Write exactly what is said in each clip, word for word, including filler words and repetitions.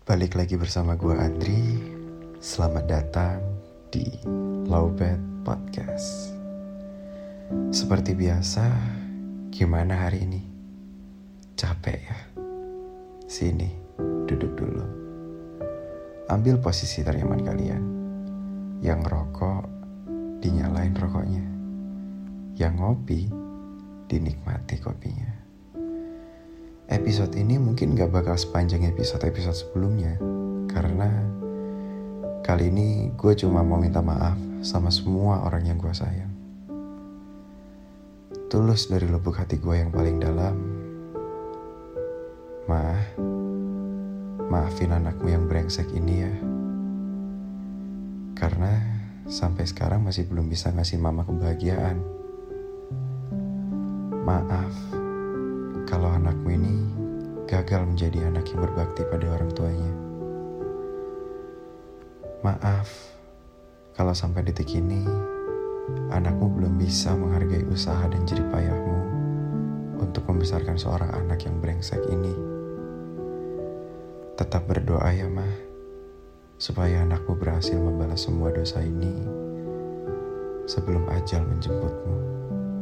Balik lagi bersama gue Andri. Selamat datang di Lowbat Podcast. Seperti biasa, gimana hari ini? Capek ya? Sini, duduk dulu. Ambil posisi ternyaman kalian. Yang ngerokok, dinyalain rokoknya. Yang ngopi, dinikmati kopinya. Episode ini mungkin gak bakal sepanjang episode-episode sebelumnya, karena kali ini gue cuma mau minta maaf sama semua orang yang gue sayang. Tulus dari lubuk hati gue yang paling dalam. Ma, maafin anakmu yang brengsek ini ya. Karena sampai sekarang masih belum bisa ngasih mama kebahagiaan. Maaf kalau anakmu ini gagal menjadi anak yang berbakti pada orang tuanya. Maaf kalau sampai detik ini anakmu belum bisa menghargai usaha dan jerih payahmu untuk membesarkan seorang anak yang brengsek ini. Tetap berdoa ya Ma, supaya anakmu berhasil membalas semua dosa ini sebelum ajal menjemputmu.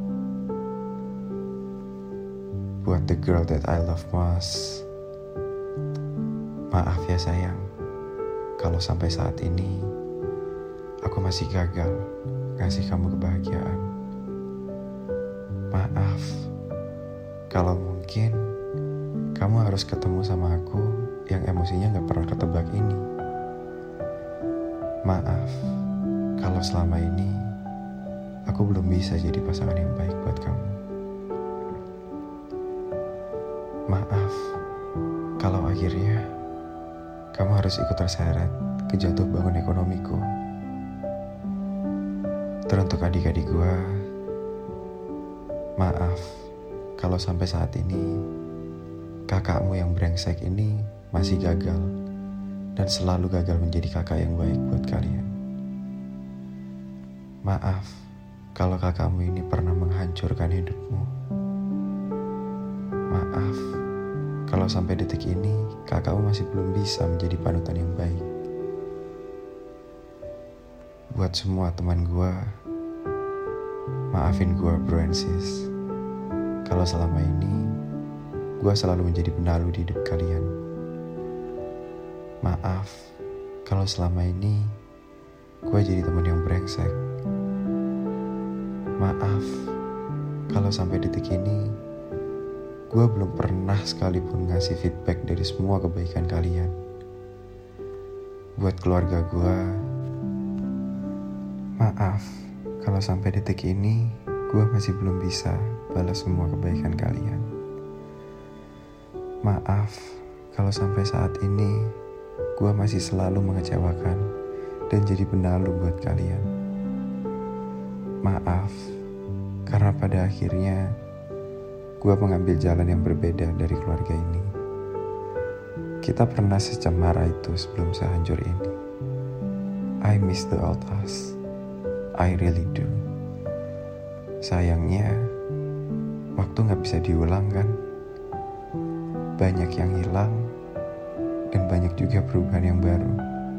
Buat the girl that I love most, maaf ya sayang, kalau sampai saat ini aku masih gagal ngasih kamu kebahagiaan. Maaf kalau mungkin kamu harus ketemu sama aku yang emosinya gak pernah ketebak ini. Maaf kalau selama ini aku belum bisa jadi pasangan yang baik buat kamu. Maaf kalau akhirnya kamu harus ikut terseret ke jatuh bangun ekonomiku. Teruntuk adik-adik gue, maaf kalau sampai saat ini kakakmu yang brengsek ini masih gagal dan selalu gagal menjadi kakak yang baik buat kalian. Maaf kalau kakakmu ini pernah menghancurkan hidupmu. Maaf kalau sampai detik ini kakakmu masih belum bisa menjadi panutan yang baik. Buat semua teman gue, maafin gue bro and sis, kalau selama ini gue selalu menjadi penalu di hidup kalian. Maaf kalau selama ini gue jadi teman yang brengsek. Maaf kalau sampai detik ini gue belum pernah sekalipun ngasih feedback dari semua kebaikan kalian. Buat keluarga gue, maaf kalau sampai detik ini gue masih belum bisa balas semua kebaikan kalian. Maaf kalau sampai saat ini gue masih selalu mengecewakan dan jadi benalu buat kalian. Maaf karena pada akhirnya gue mengambil jalan yang berbeda dari keluarga ini. Kita pernah secemara itu sebelum sehancur ini. I miss the old us. I really do. Sayangnya, waktu gak bisa diulang kan? Banyak yang hilang, dan banyak juga perubahan yang baru.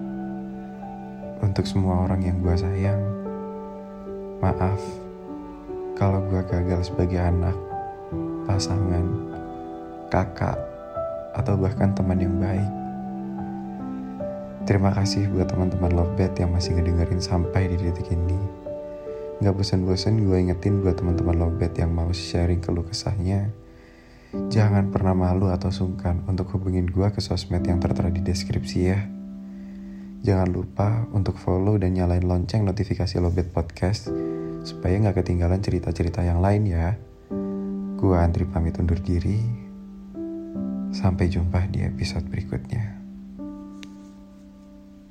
Untuk semua orang yang gue sayang, maaf kalau gue gagal sebagai anak, pasangan, kakak, atau bahkan teman yang baik. Terima kasih buat teman-teman Lovebet yang masih ngedengerin sampai di detik ini. Gak bosan-bosan gue ingetin buat teman-teman Lovebet yang mau sharing keluh kesahnya, jangan pernah malu atau sungkan untuk hubungin gue ke sosmed yang tertera di deskripsi ya. Jangan lupa untuk follow dan nyalain lonceng notifikasi Lovebet Podcast supaya gak ketinggalan cerita-cerita yang lain ya. Gua Andri pamit undur diri. Sampai jumpa di episode berikutnya.